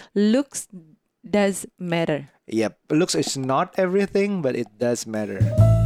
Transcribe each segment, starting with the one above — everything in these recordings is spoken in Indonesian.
looks does matter. Yep, looks is not everything, but it does matter.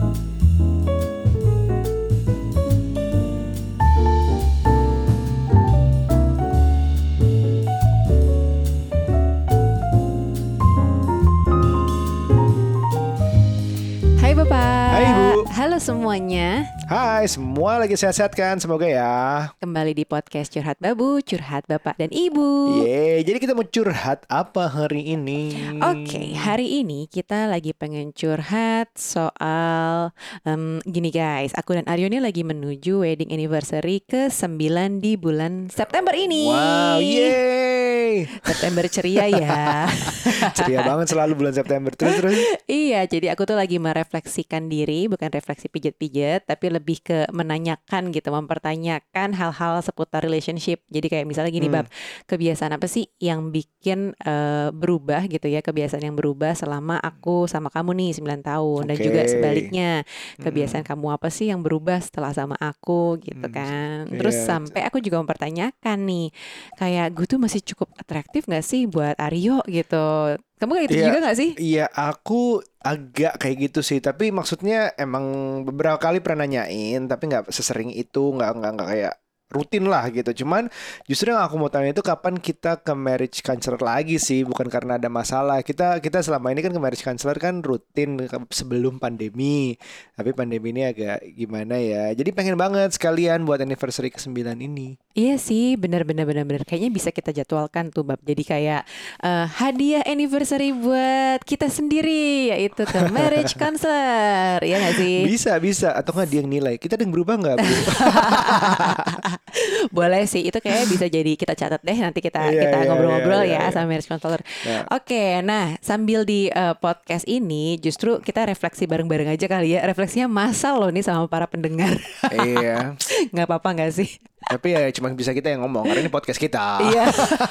Hai Bapak. Hai Ibu. Halo semuanya. Hai, semua lagi sehat-sehat kan? Semoga ya. Kembali di podcast Curhat Babu, Curhat Bapak dan Ibu. Yeay, jadi kita mau curhat apa hari ini? Oke, hari ini kita lagi pengen curhat soal gini guys, aku dan Aryo ini lagi menuju wedding anniversary ke-9 di bulan September ini. Wow, yeay. September ceria ya. Ceria banget selalu bulan September. Terus. Iya, jadi aku tuh lagi merefleksikan diri, bukan refleksi pijet-pijet, tapi lebih ke menanyakan gitu, mempertanyakan hal-hal seputar relationship. Jadi kayak misalnya gini, Bab, kebiasaan apa sih yang bikin berubah gitu ya, kebiasaan yang berubah selama aku sama kamu nih 9 tahun. Dan juga sebaliknya, kebiasaan kamu apa sih yang berubah setelah sama aku gitu kan. Terus sampai aku juga mempertanyakan nih, kayak gue tuh masih cukup atraktif gak sih buat Aryo gitu. Kamu kayak gitu juga gak sih? Iya, aku agak kayak gitu sih. Tapi maksudnya emang beberapa kali pernah nanyain, tapi nggak sesering itu, nggak kayak rutin lah gitu. Cuman justru yang aku mau tanya itu kapan kita ke marriage counselor lagi sih, bukan karena ada masalah. Kita selama ini kan ke marriage counselor kan rutin sebelum pandemi. Tapi pandemi ini agak gimana ya. Jadi pengen banget sekalian buat anniversary ke-9 ini. Iya sih, benar. Kayaknya bisa kita jadwalkan tuh, Bab. Jadi kayak hadiah anniversary buat kita sendiri, yaitu ke marriage counselor, ya nggak sih? Bisa. Atau nggak dia yang nilai. Kita ada yang berubah nggak, Bu? Boleh sih, itu kayaknya bisa jadi kita catat deh. Nanti kita ngobrol-ngobrol ya sama marriage counselor. Oke, nah sambil di podcast ini justru kita refleksi bareng-bareng aja kali ya. Refleksinya massal loh nih sama para pendengar. Iya. Nggak apa-apa nggak sih? Tapi ya cuma bisa kita yang ngomong, karena ini podcast kita. Iya.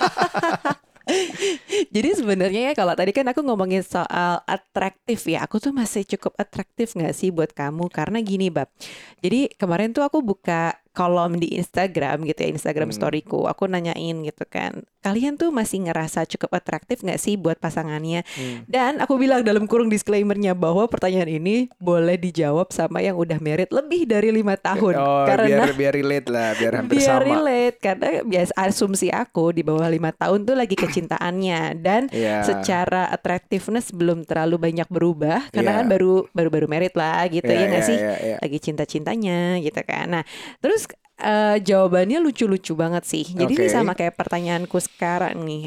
Jadi sebenarnya ya kalau tadi kan aku ngomongin soal atraktif ya, aku tuh masih cukup atraktif nggak sih buat kamu? Karena gini, Bab. Jadi kemarin tuh aku buka kolom di Instagram gitu ya, Instagram storyku, aku nanyain gitu kan, kalian tuh masih ngerasa cukup atraktif nggak sih buat pasangannya? Dan aku bilang dalam kurung disclaimernya bahwa pertanyaan ini boleh dijawab sama yang udah married lebih dari 5 tahun. Karena biar relate lah, biar hampir sama. Biar relate, karena biasa asumsi aku di bawah 5 tahun tuh lagi kecintaannya dan secara attractiveness belum terlalu banyak berubah karena kan baru married lah gitu ya nggak sih? Lagi cinta-cintanya gitu kan. Nah, terus jawabannya lucu-lucu banget sih. Jadi ini sama kayak pertanyaanku sekarang nih.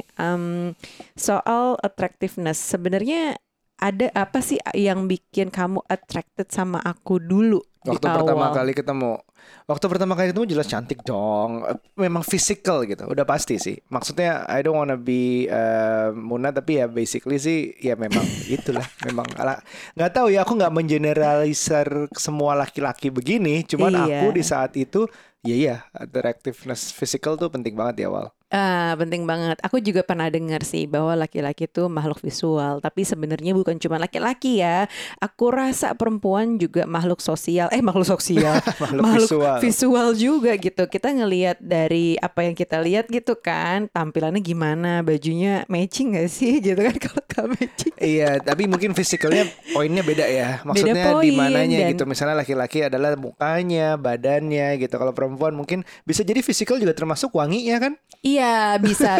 Soal attractiveness, sebenarnya ada apa sih yang bikin kamu attracted sama aku dulu Waktu di pertama awal? kali ketemu. Waktu pertama kali ketemu jelas cantik dong. Memang physical gitu. Udah pasti sih. Maksudnya I don't wanna be Muna, tapi ya basically sih ya memang itulah. Memang nggak tahu ya, aku nggak mengeneralisir semua laki-laki begini. Cuman aku di saat itu ya attractiveness physical tuh penting banget di awal. Penting banget. Aku juga pernah dengar sih bahwa laki-laki itu makhluk visual. Tapi sebenarnya bukan cuma laki-laki ya. Aku rasa perempuan juga makhluk sosial. Makhluk sosial. makhluk visual juga gitu. Kita ngelihat dari apa yang kita lihat gitu kan. Tampilannya gimana, bajunya matching gak sih gitu kan. Kalau gak matching. Iya, tapi mungkin physicalnya poinnya beda ya. Maksudnya di mananya gitu. Misalnya laki-laki adalah mukanya, badannya gitu. Kalau perempuan mungkin bisa jadi physical juga termasuk wanginya kan? Iya,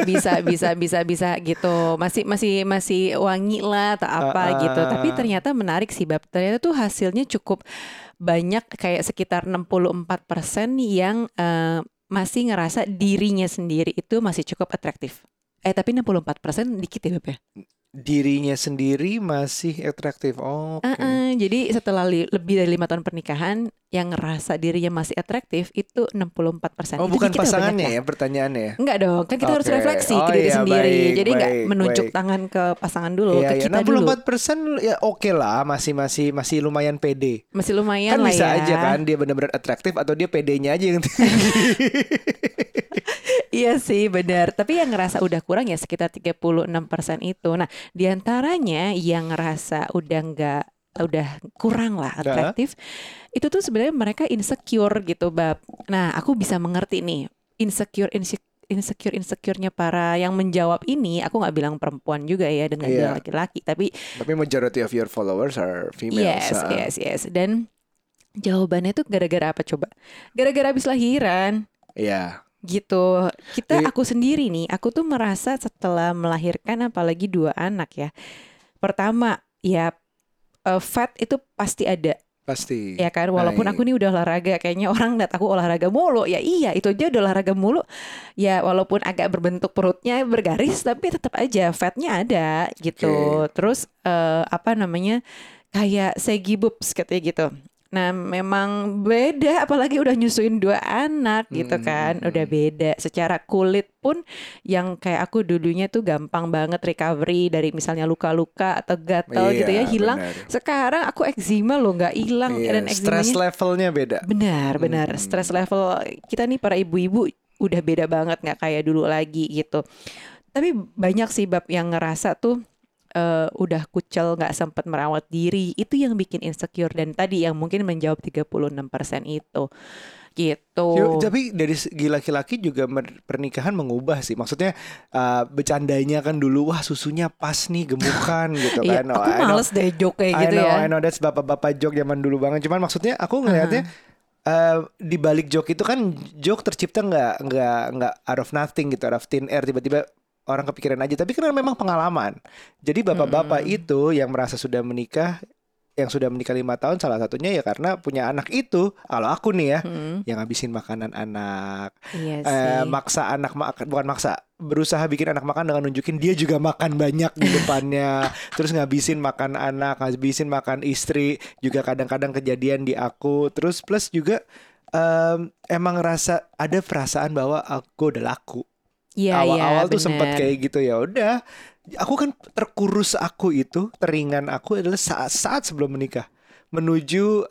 bisa gitu. Masih wangi lah atau apa gitu. Tapi ternyata menarik sih, Bab. Ternyata tuh hasilnya cukup banyak, kayak sekitar 64% yang masih ngerasa dirinya sendiri itu masih cukup atraktif. Tapi 64% dikit ya, Bab ya? Dirinya sendiri masih atraktif. Jadi setelah lebih dari 5 tahun pernikahan, yang ngerasa dirinya masih atraktif itu 64%. Oh, itu bukan dikit pasangannya ya pertanyaannya? Enggak dong, kan kita harus refleksi ke diri sendiri. Jadi nggak menunjuk tangan ke pasangan dulu, ke kita 64% dulu. 64% ya oke lah, masih lumayan pede. Masih lumayan kan lah bisa ya. aja kan dia benar-benar atraktif atau dia pedenya aja yang tinggi. Iya sih, benar. Tapi yang ngerasa udah kurang ya sekitar 36% itu. Nah, diantaranya yang ngerasa udah kurang lah atraktif, itu tuh sebenarnya mereka insecure gitu, Bab. Nah, aku bisa mengerti nih, insecure insecure-insecure-nya para yang menjawab ini, aku nggak bilang perempuan juga ya, dan nggak bilang Iya. laki-laki, tapi Tapi majority of your followers are females. yes. Dan jawabannya tuh gara-gara apa coba? Gara-gara habis lahiran. Iya. Gitu. Jadi, Aku sendiri nih, aku tuh merasa setelah melahirkan apalagi 2 anak ya. Pertama, ya fat itu pasti ada. pasti. Ya kan, walaupun aku nih udah olahraga, kayaknya orang lihat aku olahraga mulu. Ya iya, itu aja udah olahraga mulu. Ya walaupun agak berbentuk perutnya bergaris, tapi tetap aja fatnya ada gitu. Terus apa namanya, kayak saggy boobs katanya gitu. Nah memang beda, apalagi udah nyusuin 2 anak gitu kan, udah beda. Secara kulit pun yang kayak aku dulunya tuh gampang banget recovery dari misalnya luka-luka atau gatal gitu ya, hilang. Benar. Sekarang aku eczema loh, nggak hilang. Iya, Dan stress eczemanya levelnya beda. benar. Stress level kita nih para ibu-ibu udah beda banget, nggak kayak dulu lagi gitu. Tapi banyak sih bab yang ngerasa tuh udah kucel, nggak sempat merawat diri, itu yang bikin insecure. Dan tadi yang mungkin menjawab 36% itu gitu. Tapi dari segi laki-laki juga pernikahan mengubah sih. Maksudnya bercandanya kan dulu, wah susunya pas nih, gemukan gitu Iya, kan. aku males deh joke kayak gitu ya. I know that's bapak-bapak joke zaman dulu banget. Cuman maksudnya aku ngelihatnya di balik joke itu kan joke tercipta nggak out of nothing gitu, out of thin air, tiba-tiba orang kepikiran aja. Tapi karena memang pengalaman. Jadi bapak-bapak itu yang merasa sudah menikah, yang sudah menikah 5 tahun, salah satunya ya karena punya anak itu. Kalau aku nih ya, yang ngabisin makanan anak, Iya sih. maksa anak makan, bukan maksa, berusaha bikin anak makan dengan nunjukin dia juga makan banyak di depannya, terus ngabisin makan anak, ngabisin makan istri, juga kadang-kadang kejadian di aku. Terus plus juga emang rasa ada perasaan bahwa aku udah laku. Iya, Awal-awal tuh bener. sempat kayak gitu, ya udah. Aku kan terkurus aku itu, teringan aku adalah saat-saat sebelum menikah menuju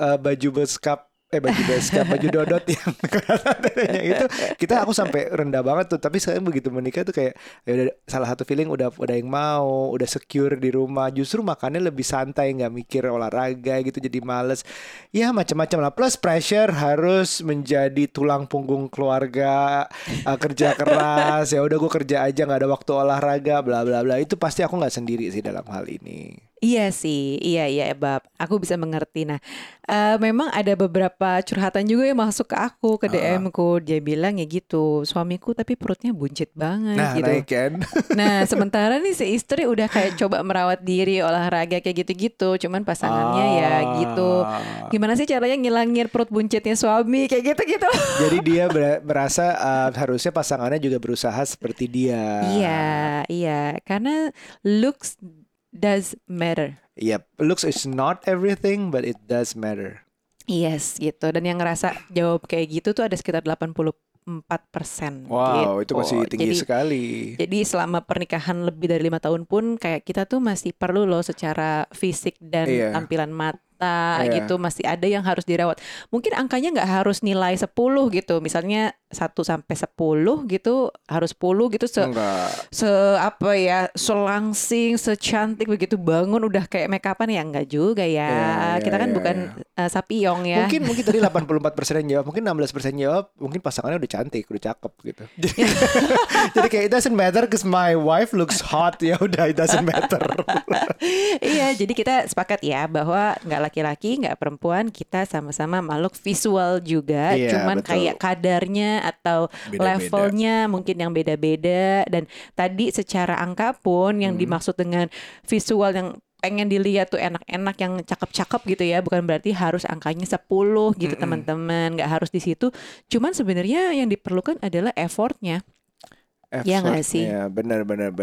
baju dodot yang katanya itu, aku sampai rendah banget tuh. Tapi sekarang begitu menikah tuh kayak ya udah, salah satu feeling udah yang mau, udah secure di rumah, justru makannya lebih santai, nggak mikir olahraga gitu, jadi males ya, macam-macam lah. Plus pressure harus menjadi tulang punggung keluarga, kerja keras, ya udah gue kerja aja, nggak ada waktu olahraga, bla bla bla. Itu pasti aku nggak sendiri sih dalam hal ini. Iya sih, iya Bab. Aku bisa mengerti. Nah, memang ada beberapa curhatan juga yang masuk ke aku, ke DM-ku. Dia bilang ya gitu, suamiku tapi perutnya buncit banget Nah, gitu. naik kan? Nah, sementara nih si istri udah kayak coba merawat diri, olahraga kayak gitu-gitu. Cuman pasangannya ya gitu. Gimana sih caranya ngilangin perut buncitnya suami kayak gitu-gitu? Jadi dia berasa harusnya pasangannya juga berusaha seperti dia. Iya. Karena looks does matter. Yep, looks is not everything, but it does matter. Yes, gitu. Dan yang ngerasa jawab kayak gitu tuh ada sekitar 84%. Wow, gitu. itu masih tinggi sekali. Jadi selama pernikahan lebih dari 5 tahun pun kayak kita tuh masih perlu loh secara fisik dan tampilan mata gitu, masih ada yang harus dirawat. Mungkin angkanya nggak harus nilai 10 gitu. Misalnya 1 sampai 10 gitu, harus 10 gitu, selangsing, secantik begitu bangun udah kayak make upan ya, enggak juga ya. Kita kan bukan sapiong ya. Mungkin tadi 84% yang jawab, mungkin 16% jawab, mungkin pasangannya udah cantik, udah cakep gitu. Jadi kayak it doesn't matter cause my wife looks hot, ya udah it doesn't matter. Iya, jadi kita sepakat ya bahwa nggak laki-laki, nggak perempuan, kita sama-sama makhluk visual juga. Cuman betul. Kayak kadarnya atau beda-beda. Levelnya mungkin yang beda-beda. Dan tadi secara angka pun yang dimaksud dengan visual yang pengen dilihat tuh enak-enak, yang cakep-cakep gitu ya, bukan berarti harus angkanya 10 gitu teman-teman, nggak harus di situ. Cuman sebenarnya yang diperlukan adalah effortnya. Ya nggak sih? Ya benar.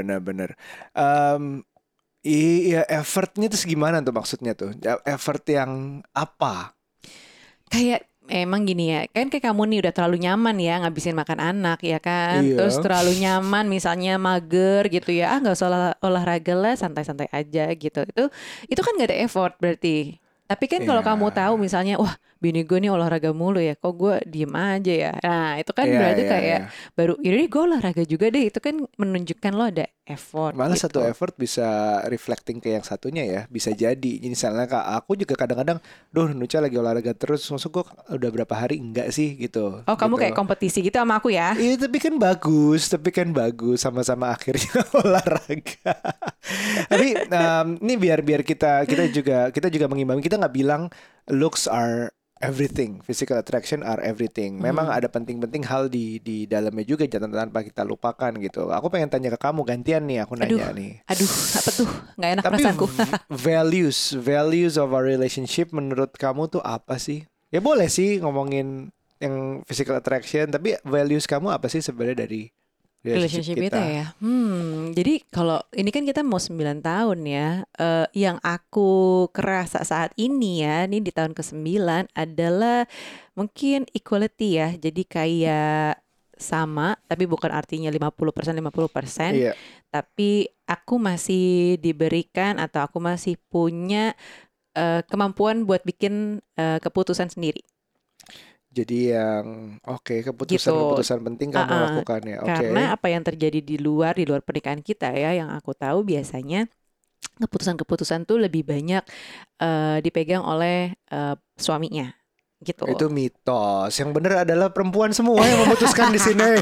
Iya, effortnya tuh gimana tuh maksudnya tuh? Effort yang apa? Kayak emang gini ya, kan kayak kamu nih udah terlalu nyaman ya ngabisin makan anak ya kan. Iya. Terus terlalu nyaman misalnya mager gitu ya, nggak usah olahraga lah, santai-santai aja gitu. Itu kan nggak ada effort berarti. Tapi kan kalau kamu tahu misalnya, wah bini gue nih olahraga mulu ya, kok gue diem aja ya. Nah itu kan berarti kayak baru, yaudah gue olahraga juga deh. Itu kan menunjukkan lo ada effort Malah gitu. satu effort bisa reflecting ke yang satunya ya. Bisa jadi. Jadi misalnya Kak, aku juga kadang-kadang, Nucha lagi olahraga terus, maksud gue udah berapa hari enggak sih gitu. Oh, kamu kayak kompetisi gitu sama aku ya? Iya tapi kan bagus sama-sama akhirnya olahraga. Tapi ini biar kita juga mengimbangi, kita nggak bilang looks are everything, physical attraction are everything. Memang ada penting-penting hal di dalamnya juga jangan tanpa kita lupakan gitu. Aku pengen tanya ke kamu gantian nih, aku nanya nih. Aduh, apa tuh? Nggak enak Tapi perasaanku. values of our relationship menurut kamu tuh apa sih? Ya boleh sih ngomongin yang physical attraction, tapi values kamu apa sih sebenarnya dari relationship Relationship kita ya. Jadi kalau ini kan kita mau 9 tahun ya. Yang aku kerasa saat ini ya, ini di tahun ke-9 adalah mungkin equality ya. Jadi kayak sama, tapi bukan artinya 50% 50%. Iya. Tapi aku masih diberikan atau aku masih punya kemampuan buat bikin keputusan sendiri. Jadi yang keputusan penting kamu lakukan ya. Karena apa yang terjadi di luar pernikahan kita ya, yang aku tahu biasanya keputusan-keputusan tuh lebih banyak dipegang oleh suaminya gitu. Itu mitos. Yang benar adalah perempuan semua yang memutuskan di sini.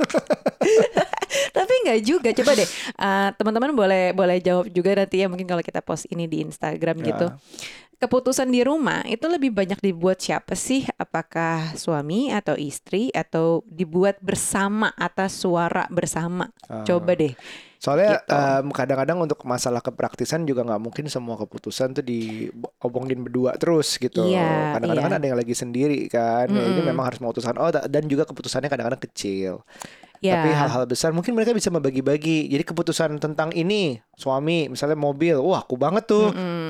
Tapi nggak juga. Coba deh teman-teman boleh jawab juga nanti ya, mungkin kalau kita post ini di Instagram gitu. Keputusan di rumah itu lebih banyak dibuat siapa sih? Apakah suami atau istri, atau dibuat bersama atas suara bersama? Coba deh. Soalnya kadang-kadang untuk masalah kepraktisan juga nggak mungkin semua keputusan tuh diobongin berdua terus gitu. Kadang-kadang kan ada yang lagi sendiri kan. Ya, ini memang harus memutuskan. Dan juga keputusannya kadang-kadang kecil. Tapi hal-hal besar mungkin mereka bisa membagi-bagi. Jadi keputusan tentang ini, suami misalnya mobil, wah aku banget tuh.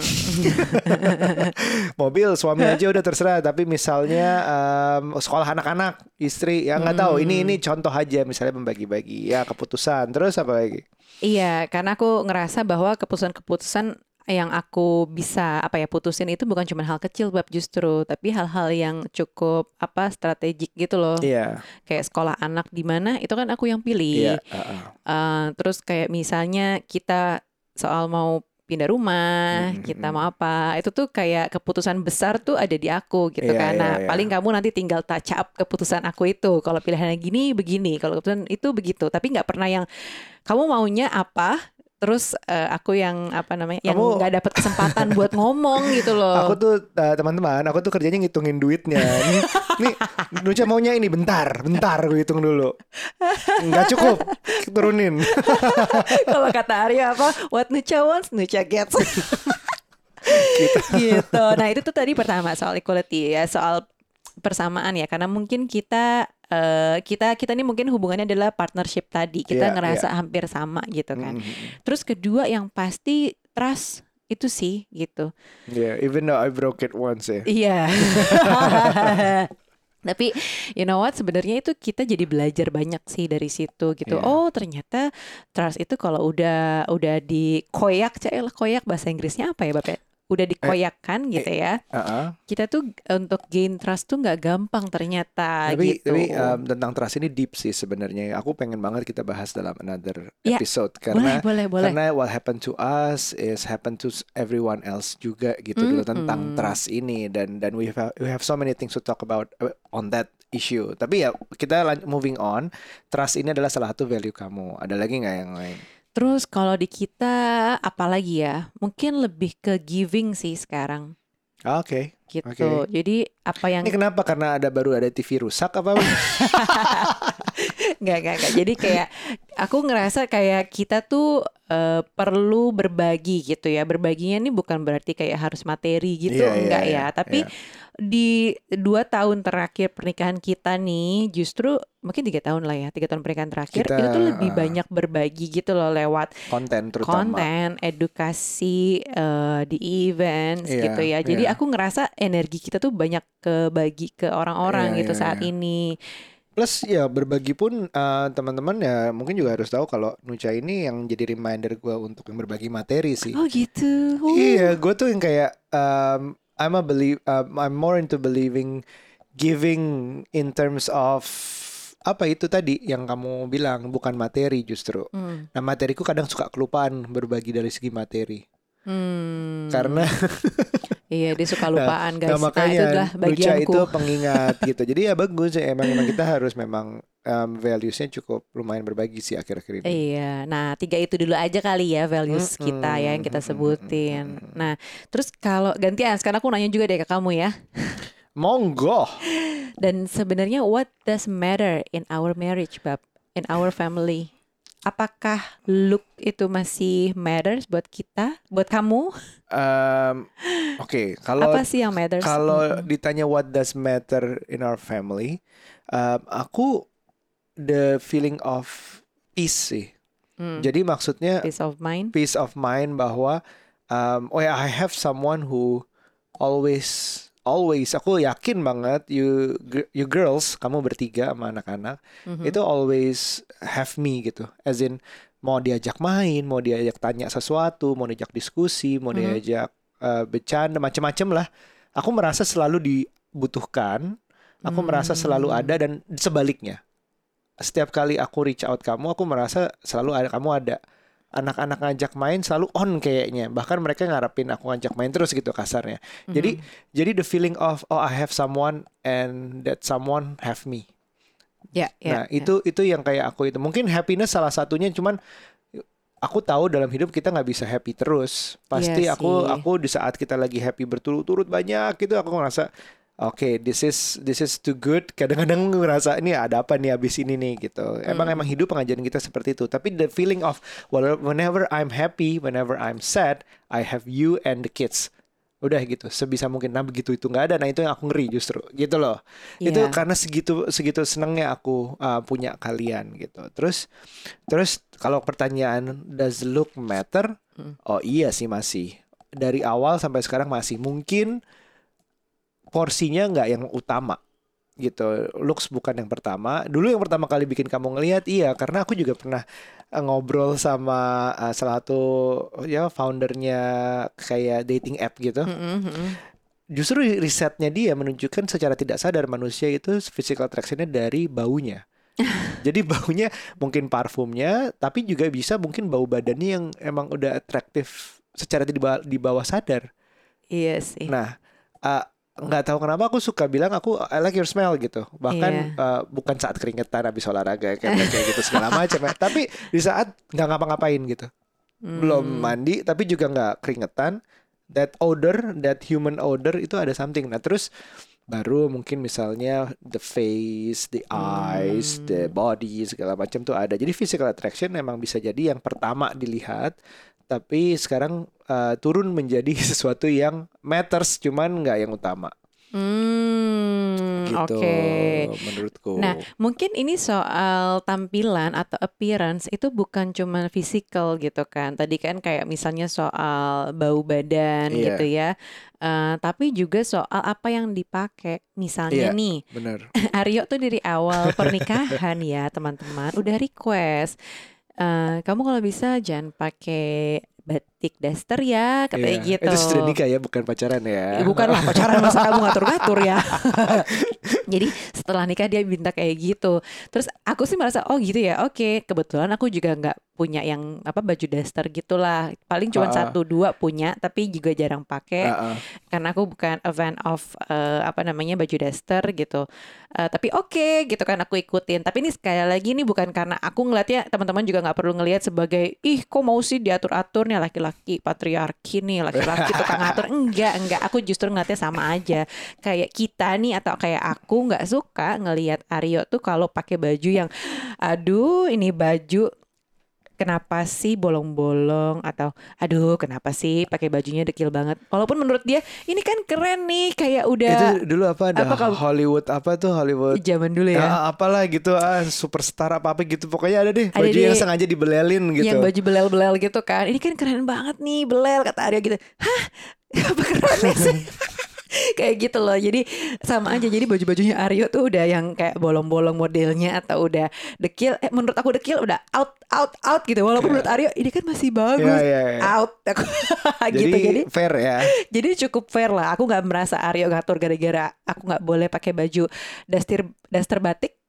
Mobil suami aja udah terserah. Tapi misalnya sekolah anak-anak, istri, ya nggak tahu. Ini contoh aja misalnya membagi-bagi ya keputusan. Terus apa lagi? Iya, karena aku ngerasa bahwa keputusan-keputusan yang aku bisa putusin itu bukan cuma hal kecil bab justru, tapi hal-hal yang cukup strategik gitu loh. Kayak sekolah anak di mana itu kan aku yang pilih. Terus kayak misalnya kita soal mau pindah rumah, kita mau apa, itu tuh kayak keputusan besar tuh ada di aku gitu kan. Nah, paling kamu nanti tinggal touch up keputusan aku itu. Kalau pilihannya gini begini, kalau keputusan itu begitu. Tapi nggak pernah yang kamu maunya apa, terus aku yang yang nggak dapat kesempatan buat ngomong gitu loh. Aku tuh teman-teman, aku tuh kerjanya ngitungin duitnya. Nih Nucha maunya ini bentar, gue hitung dulu. Nggak cukup, turunin. Kalau kata Arya what Nucha wants, Nucha gets. Gitu. Nah itu tuh tadi pertama soal equality ya, soal persamaan ya, karena mungkin kita ini mungkin hubungannya adalah partnership tadi, kita ngerasa hampir sama gitu kan. Terus kedua yang pasti trust itu sih gitu. Even though I broke it once ya. Iya. Tapi you know what, sebenarnya itu kita jadi belajar banyak sih dari situ gitu. Oh ternyata trust itu kalau udah dikoyak, koyak bahasa Inggrisnya apa ya Bapak? Udah dikoyakkan gitu ya. Kita tuh untuk gain trust tuh nggak gampang ternyata. Tapi tentang trust ini deep sih sebenarnya. Aku pengen banget kita bahas dalam another episode karena boleh. Karena what happened to us is happen to everyone else juga gitu dulu tentang trust ini, dan we have so many things to talk about on that issue. Tapi ya kita moving on. Trust ini adalah salah satu value kamu. Ada lagi nggak yang lain? Terus kalau di kita apalagi ya, mungkin lebih ke giving sih sekarang. Oke. Gitu. Jadi apa yang ini kenapa? Karena baru ada TV rusak apa? Enggak. Jadi kayak aku ngerasa kayak kita tuh perlu berbagi gitu ya. Berbaginya ini bukan berarti kayak harus materi gitu, enggak ya. Tapi di 2 tahun terakhir pernikahan kita nih, justru mungkin 3 tahun lah ya, 3 tahun pernikahan terakhir itu tuh lebih banyak berbagi gitu loh, lewat konten, edukasi di events gitu ya. Jadi aku ngerasa energi kita tuh banyak kebagi ke orang-orang gitu saat ini. Plus ya berbagi pun teman-teman ya mungkin juga harus tahu kalau Nucha ini yang jadi reminder gue untuk yang berbagi materi sih. Oh gitu. Iya, gue tuh yang kayak I'm more into believing giving in terms of apa itu tadi yang kamu bilang, bukan materi justru. Nah, materiku kadang suka kelupaan berbagi dari segi materi. Karena Iya, dia suka lupaan guys. nah Nah, itu makanya adalah Luca bagianku. itu pengingat gitu. Jadi ya bagus ya, emang kita harus memang values-nya cukup lumayan berbagi sih akhir-akhir ini. Iya, nah 3 itu dulu aja kali ya values kita ya yang kita sebutin. Nah, terus kalau gantian, sekarang aku nanya juga deh ke kamu ya. Monggo. Dan sebenarnya what does matter in our marriage, Bab? In our family? Apakah look itu masih matters buat kita, buat kamu? Oke, kalau Apa sih yang matters? ditanya what does matter in our family, aku the feeling of peace sih. Jadi maksudnya Peace of mind. bahwa I have someone who always aku yakin banget you girls, kamu bertiga sama anak-anak itu always have me gitu, as in mau diajak main, mau diajak tanya sesuatu, mau diajak diskusi, mau diajak bercanda, macam-macam lah. Aku merasa selalu dibutuhkan, aku merasa selalu ada, dan sebaliknya. Setiap kali aku reach out kamu, aku merasa selalu ada, kamu ada. Anak-anak ngajak main selalu on kayaknya. Bahkan mereka ngarepin aku ngajak main terus gitu kasarnya. Jadi the feeling of I have someone and that someone have me. Nah, itu yang kayak aku itu. Mungkin happiness salah satunya, cuman aku tahu dalam hidup kita nggak bisa happy terus. Pasti aku di saat kita lagi happy berturut-turut banyak gitu, aku ngerasa oke, this is too good. Kadang-kadang ngerasa ini ada apa nih abis ini nih gitu. Emang hidup pengajaran kita seperti itu. Tapi the feeling of whenever I'm happy, whenever I'm sad, I have you and the kids. Udah gitu, sebisa mungkin. Nah begitu itu nggak ada, nah itu yang aku ngeri justru gitu loh. Itu karena segitu senangnya aku punya kalian gitu. Terus kalau pertanyaan does look matter? Oh iya sih, masih. Dari awal sampai sekarang masih. Mungkin porsinya nggak yang utama gitu. Looks bukan yang pertama. Dulu yang pertama kali bikin kamu ngelihat, iya, karena aku juga pernah ngobrol sama salah satu ya foundernya kayak dating app gitu. Justru risetnya dia menunjukkan secara tidak sadar manusia itu physical attraction-nya dari baunya. Jadi baunya mungkin parfumnya, tapi juga bisa mungkin bau badannya yang emang udah atraktif secara di bawah sadar. Iya sih. Nah, nggak tahu kenapa aku suka bilang aku I like your smell gitu. Bahkan bukan saat keringetan habis olahraga kayak gitu segala macam ya. Tapi di saat nggak ngapa-ngapain gitu, belum mandi tapi juga nggak keringetan, that odor, that human odor itu ada something. Nah terus baru mungkin misalnya the face, the eyes, the body segala macam tuh ada. Jadi physical attraction memang bisa jadi yang pertama dilihat. Tapi sekarang turun menjadi sesuatu yang matters, cuman nggak yang utama. Gitu, menurutku. Nah, mungkin ini soal tampilan atau appearance itu bukan cuma physical gitu kan. Tadi kan kayak misalnya soal bau badan gitu ya. Tapi juga soal apa yang dipakai. Misalnya nih, bener. Aryo tuh dari awal pernikahan ya teman-teman udah request. Kamu kalau bisa jangan pakai batik daster ya, katanya gitu. Itu sudah nikah ya, bukan pacaran ya? Bukanlah pacaran, masa kamu ngatur-ngatur ya. Jadi setelah nikah dia minta kayak gitu. Terus aku sih merasa oh gitu ya, oke. Kebetulan aku juga nggak punya yang baju daster gitulah. Paling cuma 1-2 punya, tapi juga jarang pakai. Karena aku bukan a fan of baju daster gitu. Tapi oke, gitu kan aku ikutin. Tapi ini sekali lagi ini bukan karena aku ngeliatnya, teman-teman juga nggak perlu ngelihat sebagai kok mau sih diatur-atur nih laki-laki patriarki nih, laki-laki tukang ngatur. Enggak. Aku justru ngeliatnya sama aja. Kayak kita nih atau kayak aku nggak suka ngelihat Aryo tuh kalau pakai baju yang aduh ini baju kenapa sih bolong-bolong, atau aduh kenapa sih pakai bajunya dekil banget. Walaupun menurut dia ini kan keren nih, kayak udah itu dulu Hollywood Hollywood zaman dulu ya. Apalah gitu superstar apa gitu, pokoknya ada deh baju yang sengaja dibelelin gitu. Yang baju belel-belel gitu kan. Ini kan keren banget nih belel, kata Arya gitu. Hah? Apa kerennya sih? Kayak gitu loh. Jadi sama aja. Jadi baju-bajunya Aryo tuh udah yang kayak bolong-bolong modelnya, atau udah dekil. Menurut aku dekil udah out gitu. Walaupun menurut Aryo ini kan masih bagus. Out. Jadi fair ya. Jadi cukup fair lah. Aku nggak merasa Aryo ngatur gara-gara aku nggak boleh pakai baju daster batik.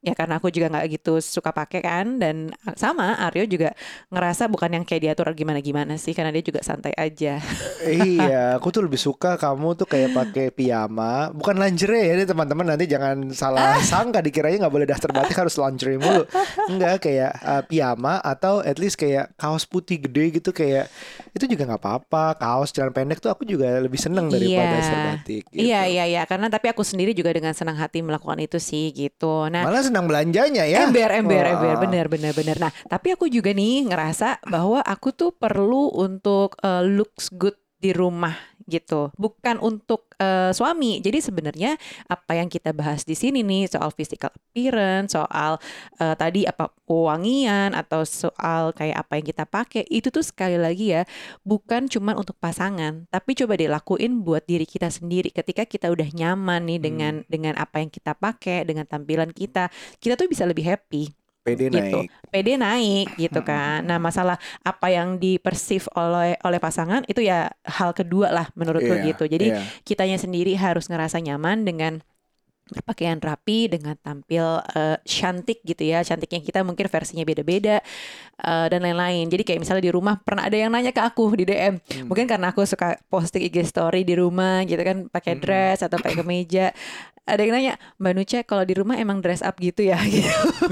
Ya karena aku juga nggak gitu suka pakai kan, dan sama Aryo juga ngerasa bukan yang kayak diatur gimana-gimana sih, karena dia juga santai aja. Iya, aku tuh lebih suka kamu tuh kayak pakai piyama, bukan lingerie ya nih teman-teman, nanti jangan salah sangka dikiranya nggak boleh daster batik harus lingerie mulu. Enggak, kayak piyama atau at least kayak kaos putih gede gitu, kayak itu juga nggak apa-apa. Kaos celana pendek tuh aku juga lebih seneng Iya, daripada daster batik iya, gitu. iya, iya. Karena tapi aku sendiri juga dengan senang hati melakukan itu sih gitu. Nah, Malah senang belanjanya ya. ember, Wah. bener, bener, bener. Nah, tapi aku juga nih ngerasa bahwa aku tuh perlu untuk looks good di rumah gitu, bukan untuk suami. Jadi sebenarnya apa yang kita bahas di sini nih soal physical appearance, soal tadi apa pewangian atau soal kayak apa yang kita pakai, itu tuh sekali lagi ya bukan cuman untuk pasangan, tapi coba dilakuin buat diri kita sendiri. Ketika kita udah nyaman nih Hmm, dengan apa yang kita pakai, dengan tampilan kita tuh bisa lebih happy PD gitu. naik. PD naik gitu kan. Nah, masalah apa yang dipersif oleh pasangan itu ya hal kedua lah menurutku Iya, gitu. Jadi iya. kitanya sendiri harus ngerasa nyaman dengan berpakaian rapi, dengan tampil cantik gitu ya. Cantiknya kita mungkin versinya beda-beda dan lain-lain. Jadi kayak misalnya di rumah pernah ada yang nanya ke aku di DM. Hmm, Mungkin karena aku suka posting IG story di rumah gitu kan, pakai mm-mm. dress atau pakai kemeja. Ada yang nanya, Mbak Nuce kalau di rumah emang dress up gitu ya gitu.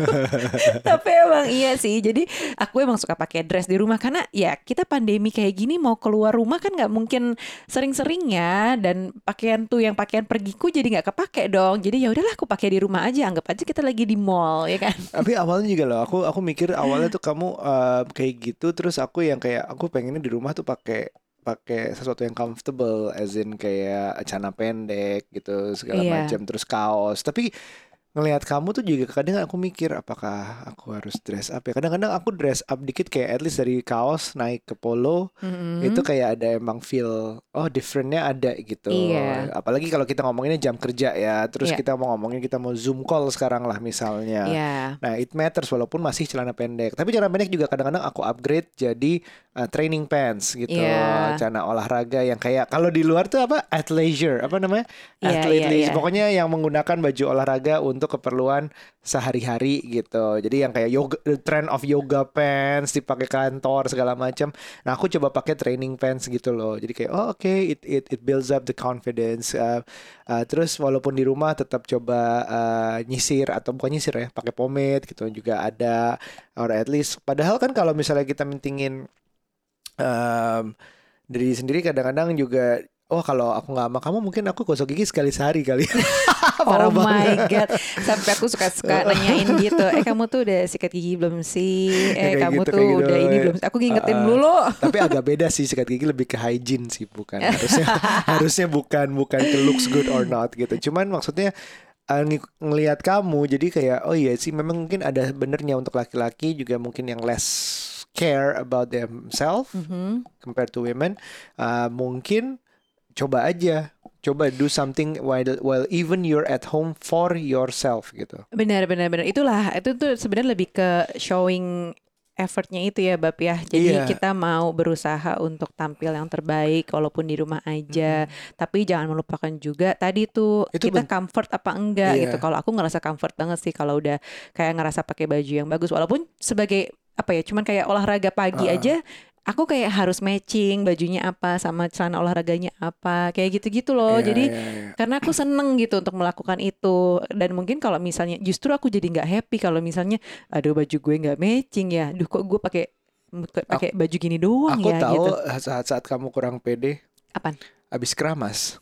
Tapi emang iya sih. Jadi aku emang suka pakai dress di rumah karena ya kita pandemi kayak gini mau keluar rumah kan nggak mungkin sering-sering ya, dan pakaian tuh yang pakaian pergiku jadi nggak kepake dong. Jadi ya udahlah aku pakai di rumah aja. Anggap aja kita lagi di mall ya kan. Tapi awalnya juga loh, aku mikir awalnya tuh kamu kayak gitu, terus aku yang kayak aku pengennya di rumah tuh pakai pakai sesuatu yang comfortable, as in kayak celana pendek gitu segala Iya. macam, terus kaos. Tapi ngelihat kamu tuh juga kadang aku mikir apakah aku harus dress up ya. Kadang-kadang aku dress up dikit kayak at least dari kaos naik ke polo itu Mm-mm. kayak ada emang feel oh differentnya ada gitu. Iya. Apalagi kalau kita ngomonginnya jam kerja ya. Terus Iya. kita mau ngomongin kita mau Zoom call sekarang lah misalnya. Iya. Nah, it matters walaupun masih celana pendek. Tapi celana pendek juga kadang-kadang aku upgrade jadi training pants gitu. Iya. Celana olahraga yang kayak kalau di luar tuh apa? Athleisure, apa namanya? Iya. Athlete Iya. Iya. leisure. Pokoknya yang menggunakan baju olahraga untuk keperluan sehari-hari gitu. Jadi yang kayak yoga, trend of yoga pants dipakai kantor segala macam. Nah, aku coba pakai training pants gitu loh. Jadi kayak oh oke, it builds up the confidence. Terus walaupun di rumah tetap coba nyisir atau bukan nyisir ya, pakai pomade gitu juga ada, or at least padahal kan kalau misalnya kita mentingin em, diri sendiri kadang-kadang juga oh kalau aku nggak sama kamu mungkin aku gosok gigi sekali sehari kali. Oh Parah my banget. God, sampai aku suka-suka nanyain gitu. Kamu tuh udah sikat gigi belum sih? Ya, kayak Kamu gitu tuh udah ini belum sih? Aku ngingetin Uh, dulu. tapi agak beda sih, sikat gigi lebih ke hygiene sih, bukan harusnya harusnya bukan ke looks good or not gitu. Cuman maksudnya ngelihat kamu jadi kayak oh iya sih memang mungkin ada benernya untuk laki-laki juga mungkin yang less care about themselves Mhm. compared to women. Mungkin coba aja, coba do something while even you're at home for yourself gitu. Benar, benar, benar. Itulah, itu tuh sebenarnya lebih ke showing effortnya itu ya, Bab ya. Jadi Iya. kita mau berusaha untuk tampil yang terbaik walaupun di rumah aja. Mm-mm. Tapi jangan melupakan juga tadi tuh Itu kita comfort apa enggak gitu. iya. Kalau aku ngerasa comfort banget sih kalau udah kayak ngerasa pakai baju yang bagus. Walaupun sebagai apa ya, cuman kayak olahraga pagi Heeh. aja. Aku kayak harus matching bajunya apa sama celana olahraganya apa. Kayak gitu-gitu loh. Iya, Jadi iya, iya. karena aku seneng gitu untuk melakukan itu, dan mungkin kalau misalnya justru aku jadi nggak happy kalau misalnya aduh baju gue nggak matching ya, duh kok gue pakai Aku, pakai baju gini doang aku ya tahu gitu. saat-saat kamu kurang pede Apaan? abis keramas.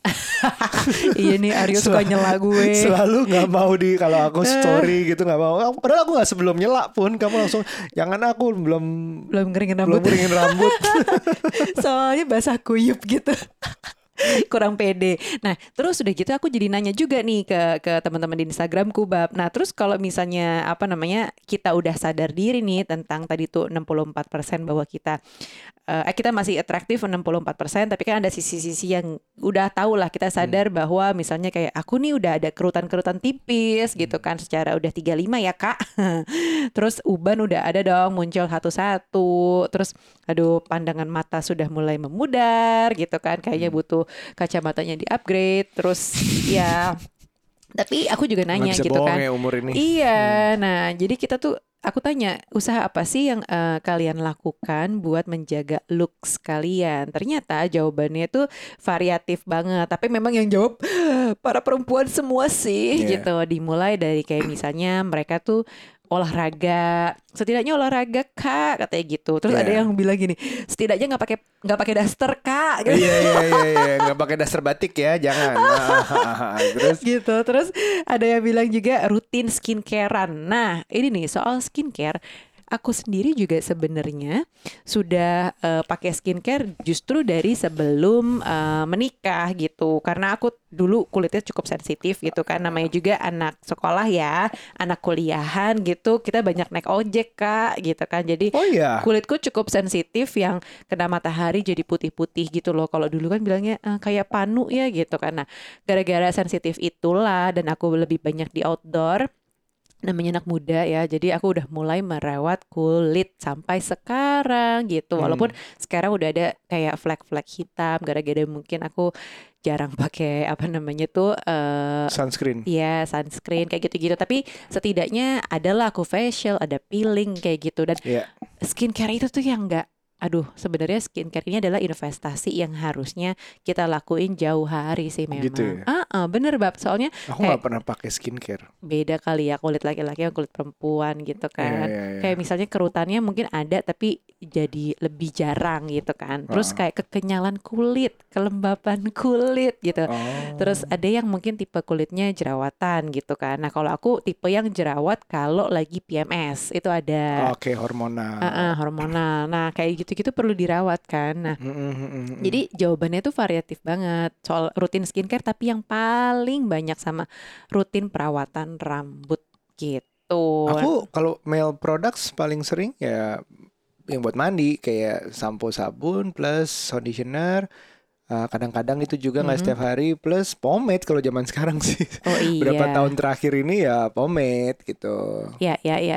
Iya nih Aryo suka nyela gue. Selalu nggak mau di kalau aku story gitu nggak mau. Padahal aku nggak sebelum nyela pun kamu langsung jangan aku belum Belum keringin belum rambut. keringin rambut. Soalnya basah kuyup gitu. Kurang pede. Nah, terus udah gitu aku jadi nanya juga nih ke teman-teman di Instagramku, Bab. Nah, terus kalau misalnya apa namanya kita udah sadar diri nih tentang tadi tuh 64% bahwa kita masih atraktif 64%, tapi kan ada sisi-sisi yang udah tahu lah, kita sadar bahwa misalnya kayak aku nih udah ada kerutan-kerutan tipis gitu kan, secara udah 35 ya Kak. Terus uban udah ada dong muncul satu-satu. Terus aduh pandangan mata sudah mulai memudar gitu kan, kayaknya butuh kacamatanya di-upgrade. Terus ya Tapi aku juga Nggak nanya bisa gitu bohong kan. ya umur ini. Iya, nah jadi kita tuh aku tanya usaha apa sih yang kalian lakukan buat menjaga looks kalian? Ternyata jawabannya tuh variatif banget. Tapi memang yang jawab para perempuan semua sih Iya. gitu. Dimulai dari kayak misalnya mereka tuh olahraga, setidaknya olahraga kak katanya gitu. Terus ada Iya. yang bilang gini, setidaknya nggak pakai daster kak gitu. Iya, nggak pakai dasar batik ya, jangan. Terus Gitu. Terus ada yang bilang juga rutin skincarean. Nah, ini nih soal skincare, aku sendiri juga sebenarnya sudah pakai skincare justru dari sebelum menikah gitu. Karena aku dulu kulitnya cukup sensitif gitu kan. Namanya juga anak sekolah ya, anak kuliahan gitu. Kita banyak naik ojek kak gitu kan. Jadi oh iya, kulitku cukup sensitif yang kena matahari jadi putih-putih gitu loh. Kalau dulu kan bilangnya kayak panu ya gitu kan. Nah, gara-gara sensitif itulah dan aku lebih banyak di outdoor. Namanya anak muda ya, jadi aku udah mulai merawat kulit sampai sekarang gitu. Walaupun sekarang udah ada kayak flek-flek hitam gara-gara mungkin aku jarang pakai apa namanya tuh sunscreen. ya sunscreen kayak gitu-gitu. Tapi setidaknya adalah aku facial, ada peeling kayak gitu. Dan Iya. skincare itu tuh yang enggak, aduh sebenarnya skincare ini adalah investasi yang harusnya kita lakuin jauh hari sih memang. Gitu ya? Bener Bab, soalnya Aku kayak nggak pernah pakai skincare. beda kali ya kulit laki-laki sama kulit perempuan gitu kan. Iya. Kayak misalnya kerutannya mungkin ada tapi jadi lebih jarang gitu kan. Terus kayak kekenyalan kulit, kelembapan kulit gitu. Terus ada yang mungkin tipe kulitnya jerawatan gitu kan. Nah kalau aku tipe yang jerawat kalau lagi PMS itu ada. Oke, hormonal. Hormonal. Nah kayak gitu-gitu perlu dirawat kan. Nah jadi jawabannya tuh variatif banget soal rutin skincare, tapi yang paling banyak sama rutin perawatan rambut gitu. Aku kalau male products paling sering ya yang buat mandi kayak sampo, sabun plus conditioner. Kadang-kadang itu juga nggak setiap hari plus pomade kalau zaman sekarang sih. Oh Berapa iya. tahun terakhir ini ya pomade gitu. Ya.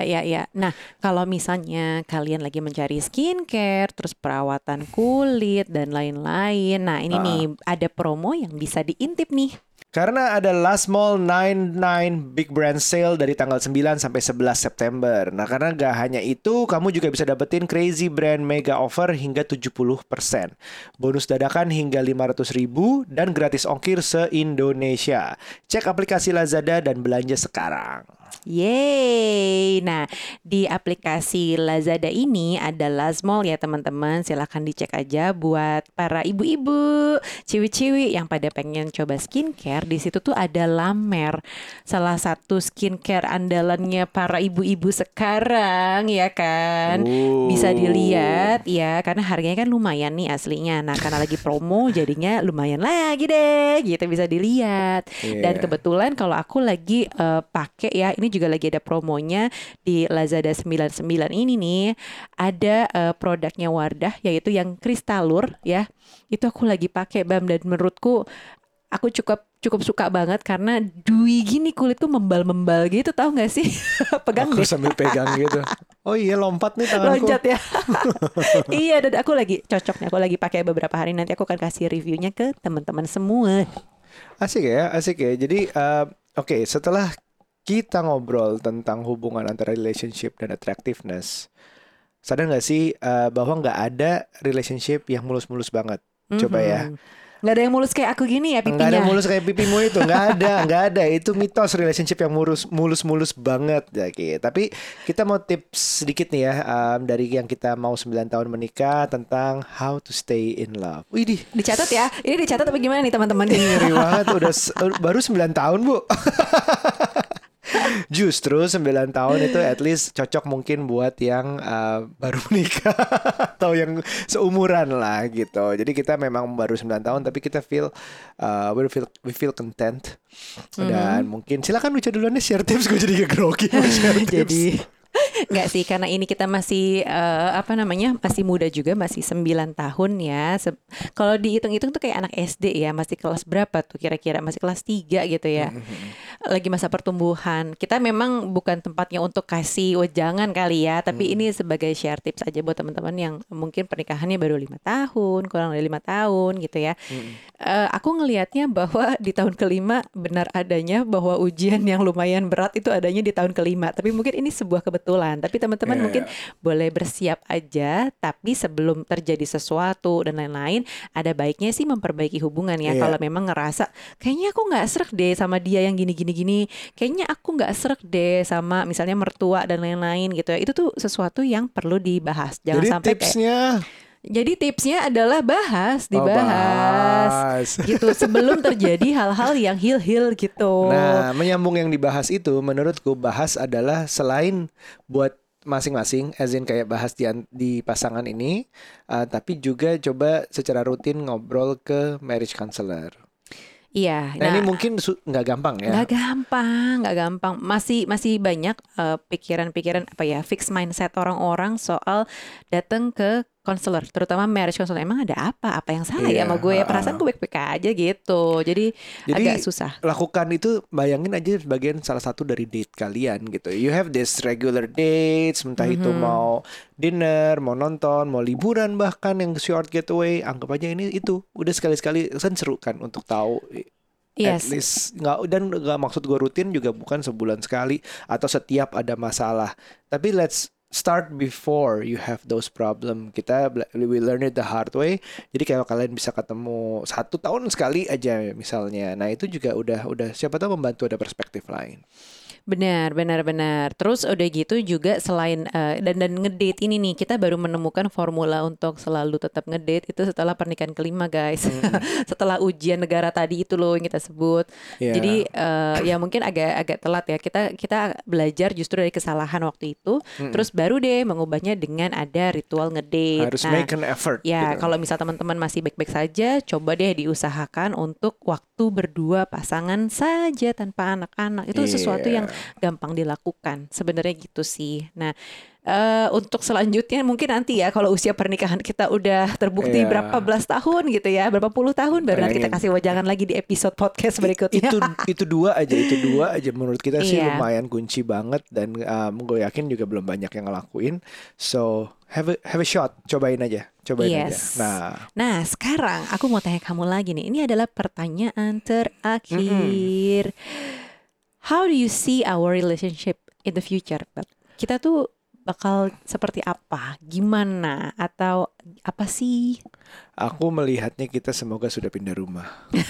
Nah, kalau misalnya kalian lagi mencari skincare, terus perawatan kulit dan lain-lain. Nah, ini nih ada promo yang bisa diintip nih. Karena ada Last Mall 99 Big Brand Sale dari tanggal 9 sampai 11 September. Nah, karena gak hanya itu, kamu juga bisa dapetin Crazy Brand Mega Offer hingga 70%. Bonus dadakan hingga 500.000 dan gratis ongkir se-Indonesia. Cek aplikasi Lazada dan belanja sekarang. Yeay. Nah, di aplikasi Lazada ini ada Lazmall ya teman-teman. Silahkan dicek aja buat para ibu-ibu, ciwi-ciwi yang pada pengen coba skincare. Di situ tuh ada Lamer, salah satu skincare andalannya para ibu-ibu sekarang ya kan. Bisa dilihat ya, karena harganya kan lumayan nih aslinya. Nah, karena lagi promo jadinya lumayan lagi deh. Gitu bisa dilihat. Dan kebetulan kalau aku lagi pakai ya, ini juga lagi ada promonya di Lazada 99 ini nih. Ada produknya Wardah yaitu yang Kristalur ya. Itu aku lagi pakai Bam, dan menurutku aku cukup suka banget karena dewy gini, kulit tuh membal-membal gitu, tahu nggak sih? Pegang Aku deh. sambil pegang gitu. Oh iya, lompat nih tanganku. Loncat ya. Iya, dan aku lagi cocok nih. Aku lagi pakai beberapa hari, nanti aku akan kasih reviewnya ke teman-teman semua. Asik ya. Jadi oke, setelah kita ngobrol tentang hubungan antara relationship dan attractiveness, sadar nggak sih bahwa nggak ada relationship yang mulus-mulus banget. Coba ya. Nggak ada yang mulus kayak aku gini ya Nggak pipinya. ada mulus kayak pipimu itu, nggak ada. Itu mitos relationship yang mulus-mulus banget ya. Tapi kita mau tips sedikit nih ya dari yang kita mau 9 tahun menikah tentang how to stay in love. Widih, Dicatat ya. Ini dicatat apa gimana nih teman-teman? ngeri banget baru 9 tahun, Bu. Justru 9 tahun itu at least cocok mungkin buat yang baru menikah atau yang seumuran lah gitu. Jadi kita memang baru 9 tahun tapi kita we feel content. Dan mungkin silakan Uca duluan nih share tips, gue jadi grogi share tips. Nggak sih, karena ini kita masih masih muda juga, masih 9 tahun ya. Kalau dihitung-hitung tuh kayak anak SD ya, masih kelas berapa tuh kira-kira? Masih kelas 3 gitu ya. Lagi masa pertumbuhan. Kita memang bukan tempatnya untuk kasih wejangan kali ya, tapi ini sebagai share tips aja buat teman-teman yang mungkin pernikahannya baru 5 tahun, kurang dari 5 tahun gitu ya. Aku ngelihatnya bahwa di tahun kelima benar adanya bahwa ujian yang lumayan berat itu adanya di tahun kelima. Tapi mungkin ini sebuah kebetulan. Tapi teman-teman mungkin boleh bersiap aja. Tapi sebelum terjadi sesuatu dan lain-lain, ada baiknya sih memperbaiki hubungan ya. Kalau memang ngerasa kayaknya aku nggak srek deh sama dia yang gini-gini. Kayaknya aku nggak srek deh sama misalnya mertua dan lain-lain gitu ya. Itu tuh sesuatu yang perlu dibahas. Jangan Jadi sampai tipsnya jadi tipsnya adalah dibahas gitu sebelum terjadi hal-hal yang hil-hil gitu. Nah, menyambung yang dibahas itu, menurutku bahas adalah selain buat masing-masing, as in kayak bahas di pasangan ini, tapi juga coba secara rutin ngobrol ke marriage counselor. Iya. Nah, ini mungkin nggak gampang ya. Nggak gampang. Masih banyak pikiran-pikiran fixed mindset orang-orang soal datang ke konselor, terutama marriage counselor. Emang ada apa yang salah ya sama gue? Perasaan gue baik-baik aja gitu. Jadi agak susah. Lakukan itu, bayangin aja sebagian salah satu dari date kalian gitu. You have this regular dates, entah itu mau dinner, mau nonton, mau liburan, bahkan yang short getaway. Anggap aja itu udah sekali-sekali kan seru kan untuk tahu. At least nggak maksud gue rutin juga, bukan sebulan sekali atau setiap ada masalah. Tapi let's start before you have those problem. We learn it the hard way. Jadi kalau kalian bisa ketemu 1 tahun sekali aja misalnya, nah itu juga udah siapa tahu membantu ada perspektif lain. Benar. Terus udah gitu juga selain dan ngedate ini nih, kita baru menemukan formula untuk selalu tetap ngedate itu setelah pernikahan kelima, guys. Setelah ujian negara tadi itu loh yang kita sebut. Jadi ya mungkin agak telat ya. Kita belajar justru dari kesalahan waktu itu, terus baru deh mengubahnya dengan ada ritual ngedate. Harus make an effort. Ya, gitu. kalau misal teman-teman masih baik-baik saja, coba deh diusahakan untuk waktu berdua pasangan saja tanpa anak-anak. Itu sesuatu yang gampang dilakukan sebenarnya gitu sih. Nah, untuk selanjutnya mungkin nanti ya kalau usia pernikahan kita udah terbukti berapa belas tahun gitu ya, berapa puluh tahun, baru nanti kita kasih wejangan lagi di episode podcast berikutnya. Itu dua aja menurut kita sih lumayan kunci banget, dan gue yakin juga belum banyak yang ngelakuin. So have a shot, cobain aja. Nah, sekarang aku mau tanya kamu lagi nih. Ini adalah pertanyaan terakhir. How do you see our relationship in the future? Kita tuh bakal seperti apa? Gimana? Atau apa sih? Aku melihatnya kita semoga sudah pindah rumah.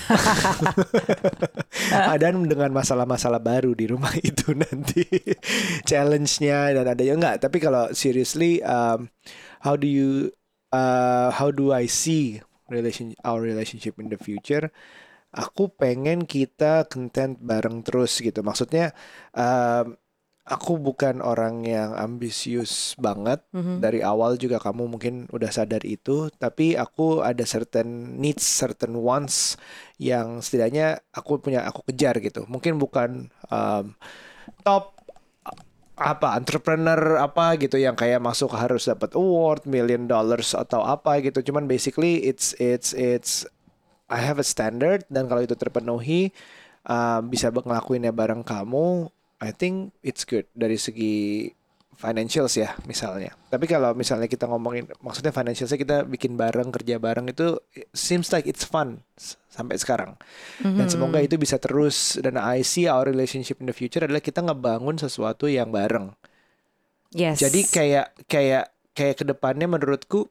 Dan dengan masalah-masalah baru di rumah itu nanti. Challenge-nya dan ada yang enggak. Tapi kalau seriously, how do I see our relationship in the future? Aku pengen kita content bareng terus gitu. Maksudnya aku bukan orang yang ambisius banget. Dari awal juga kamu mungkin udah sadar itu. Tapi aku ada certain needs, certain wants yang setidaknya aku kejar gitu. Mungkin bukan top entrepreneur gitu yang kayak masuk harus dapat award $1 million atau apa gitu. Cuman basically it's I have a standard, dan kalau itu terpenuhi, bisa ngelakuinnya bareng kamu, I think it's good dari segi financials ya misalnya. Tapi kalau misalnya kita ngomongin maksudnya financialsnya kita bikin bareng, kerja bareng, itu seems like it's fun sampai sekarang. Dan semoga itu bisa terus, dan I see our relationship in the future adalah kita ngebangun sesuatu yang bareng. Jadi kayak kedepannya menurutku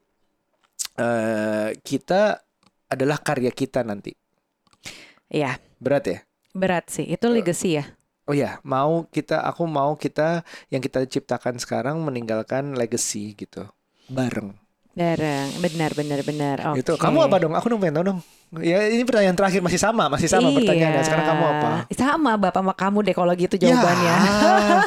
kita adalah karya kita nanti. Iya. Berat ya? Berat sih. Itu legacy ya. Oh ya, aku mau kita yang kita ciptakan sekarang meninggalkan legacy gitu. Bareng. Benar. Okay. Itu. Kamu apa dong? Aku pengen tahu dong. Ya, ini pertanyaan terakhir, masih sama pertanyaannya. Sekarang kamu apa? Sama Bapak sama kamu deh kalau gitu jawabannya.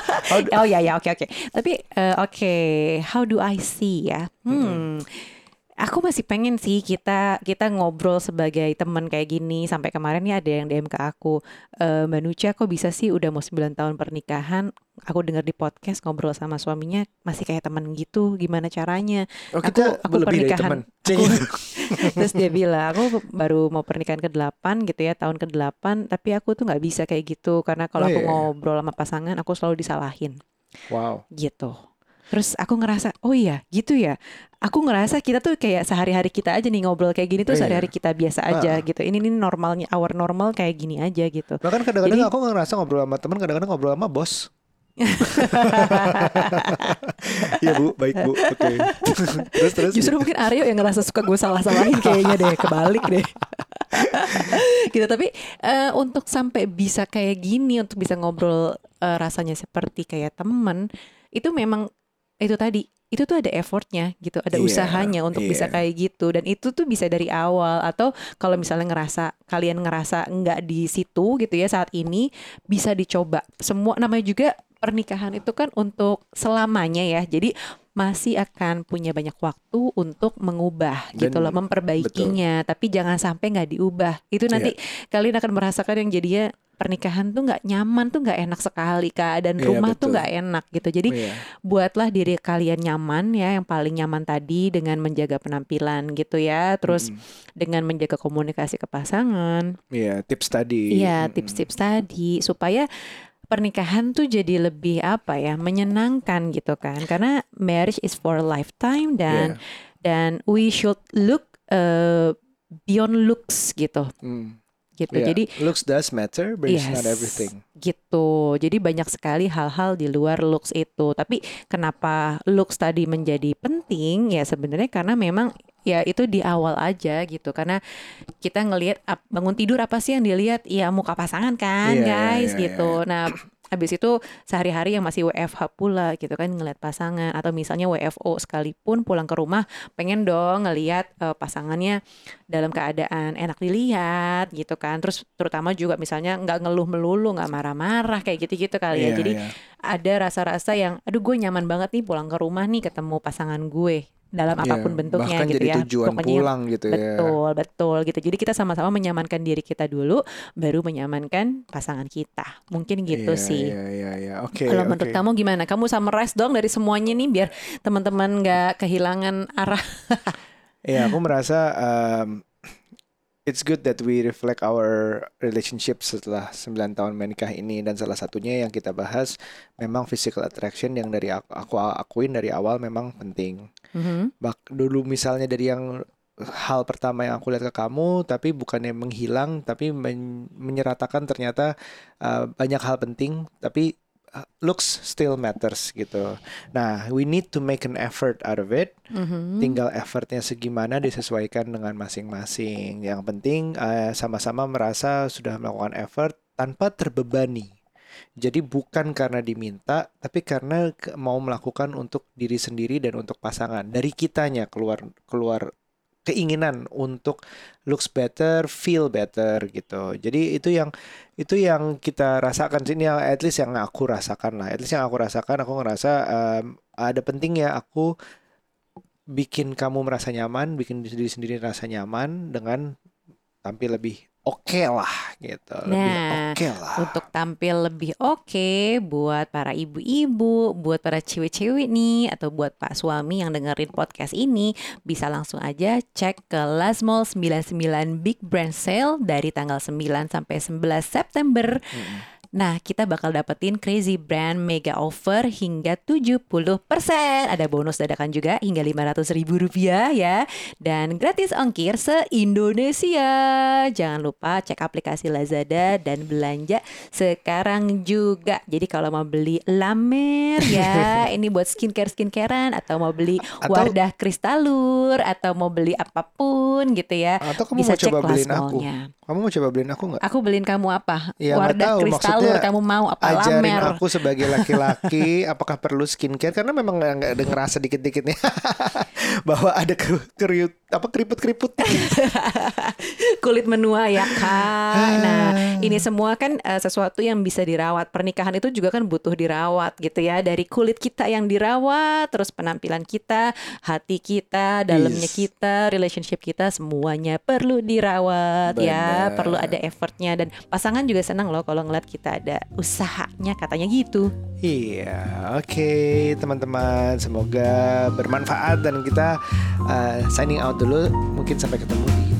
Ya. Oke. Tapi how do I see ya? Aku masih pengen sih kita kita ngobrol sebagai teman kayak gini. Sampai kemarin nih ada yang DM ke aku, Mbak Nucha kok bisa sih udah mau 9 tahun pernikahan, aku dengar di podcast ngobrol sama suaminya masih kayak teman gitu, gimana caranya? Oh kita Aku lebih dari teman. pernikahan, aku terus dia bilang aku baru mau pernikahan ke-8 gitu ya, tahun ke-8, tapi aku tuh nggak bisa kayak gitu karena Oh kalau aku iya, iya. ngobrol sama pasangan aku selalu disalahin Wow. gitu. Terus aku ngerasa, oh iya gitu ya. Aku ngerasa kita tuh kayak sehari-hari kita aja nih ngobrol kayak gini Oh tuh sehari-hari iya. kita biasa aja Ah. gitu. Ini normalnya, our normal kayak gini aja gitu. Bahkan kadang-kadang Jadi aku ngerasa ngobrol sama teman, kadang-kadang ngobrol sama bos. Iya bu, baik bu. Oke. Terus. justru mungkin Aryo yang ngerasa suka gue salah-salahin kayaknya deh, kebalik deh. Gitu tapi untuk sampai bisa kayak gini, untuk bisa ngobrol rasanya seperti kayak temen, itu memang itu tadi, itu tuh ada effortnya gitu, ada Iya, usahanya untuk bisa iya. kayak gitu, dan itu tuh bisa dari awal. Atau kalau misalnya kalian ngerasa nggak di situ gitu ya saat ini, bisa dicoba semua. Namanya juga pernikahan itu kan untuk selamanya ya, jadi masih akan punya banyak waktu untuk mengubah gitu loh, Dan betul. memperbaikinya, tapi jangan sampai nggak diubah. Itu Iya, nanti kalian akan merasakan yang jadinya pernikahan tuh nggak nyaman, tuh nggak enak sekali, keadaan iya rumah tuh betul. nggak enak gitu. Jadi Iya. buatlah diri kalian nyaman ya, yang paling nyaman tadi dengan menjaga penampilan gitu ya, terus Mm-mm. dengan menjaga komunikasi ke pasangan. Iya, tips tadi. Iya, Mm-mm. tips-tips tadi supaya pernikahan tuh jadi lebih apa ya, menyenangkan gitu kan. Karena marriage is for a lifetime, Iya. dan we should look beyond looks gitu. Mm. Gitu. Iya, Jadi looks does matter, but it's not yes, everything. gitu. Jadi banyak sekali hal-hal di luar looks itu. Tapi kenapa looks tadi menjadi penting? Ya sebenarnya karena memang ya itu di awal aja gitu. Karena kita ngelihat bangun tidur apa sih yang dilihat? Ya muka pasangan kan, Iya, iya, guys iya, iya. gitu. Nah, habis itu sehari-hari yang masih WFH pula gitu kan, ngelihat pasangan, atau misalnya WFO sekalipun pulang ke rumah pengen dong ngelihat pasangannya dalam keadaan enak dilihat gitu kan. Terus terutama juga misalnya nggak ngeluh melulu, nggak marah-marah kayak gitu-gitu kali ya. Iya, Jadi iya. ada rasa-rasa yang aduh gue nyaman banget nih pulang ke rumah nih ketemu pasangan gue dalam Iya, apapun bentuknya bahkan gitu jadi ya. tujuan Pokoknya pulang gitu ya. betul, betul gitu. Jadi kita sama-sama menyamankan diri kita dulu, baru menyamankan pasangan kita. Mungkin gitu Iya, sih. iya, iya, iya. Oke, Kalau oke. menurut kamu gimana? Kamu summarize dong dari semuanya nih biar teman-teman nggak kehilangan arah. Iya, aku merasa it's good that we reflect our relationship setelah 9 tahun menikah ini, dan salah satunya yang kita bahas memang physical attraction yang dari aku akuin dari awal memang penting. Mhm. Dulu misalnya dari yang hal pertama yang aku lihat ke kamu, tapi bukannya menghilang, tapi menyeratakan ternyata banyak hal penting, tapi looks still matters gitu. Nah, we need to make an effort out of it. Mhm. Tinggal effortnya segimana disesuaikan dengan masing-masing. Yang penting sama-sama merasa sudah melakukan effort tanpa terbebani. Jadi bukan karena diminta, tapi karena mau melakukan untuk diri sendiri dan untuk pasangan. Dari kitanya keluar keinginan untuk looks better, feel better gitu. Jadi itu yang kita rasakan sini, at least yang aku rasakan lah. At least yang aku rasakan, aku ngerasa ada pentingnya aku bikin kamu merasa nyaman, bikin diri sendiri merasa nyaman dengan tampil lebih oke lah gitu, lebih Nah, oke lah. untuk tampil lebih oke buat para ibu-ibu, buat para cewek-cewek nih, atau buat Pak suami yang dengerin podcast ini, bisa langsung aja cek ke Last Mall 99 Big Brand Sale dari tanggal 9 sampai 11 September. Mm-mm. Nah, kita bakal dapetin Crazy Brand Mega Offer hingga 70%. Ada bonus dadakan juga hingga Rp500.000 ya. Dan gratis ongkir se-Indonesia. Jangan lupa cek aplikasi Lazada dan belanja sekarang juga. Jadi kalau mau beli lamer ya, ini buat skincare-skincarean, atau mau beli Atau Wardah Kristalur, atau mau beli apapun gitu ya, kamu bisa mau cek coba Last beliin aku? Mall-nya. Kamu mau coba beliin aku nggak? Aku beliin kamu apa? Ya nggak Wardah tahu, Kristalur, maksudnya kamu mau apa? ajarin Lamer. aku sebagai laki-laki apakah perlu skincare, karena memang nggak ada ngerasa dikit-dikit nih bahwa ada apa keriput-keriput. Kulit menua ya Kak. Nah ini semua kan sesuatu yang bisa dirawat. Pernikahan itu juga kan butuh dirawat gitu ya. Dari kulit kita yang dirawat, terus penampilan kita, hati kita, dalamnya kita, relationship kita, semuanya perlu dirawat. Ya. Perlu ada effortnya. Dan pasangan juga senang loh kalau ngeliat kita ada usahanya, katanya gitu. Iya, oke teman-teman, semoga bermanfaat dan kita signing out dulu. Mungkin sampai ketemu di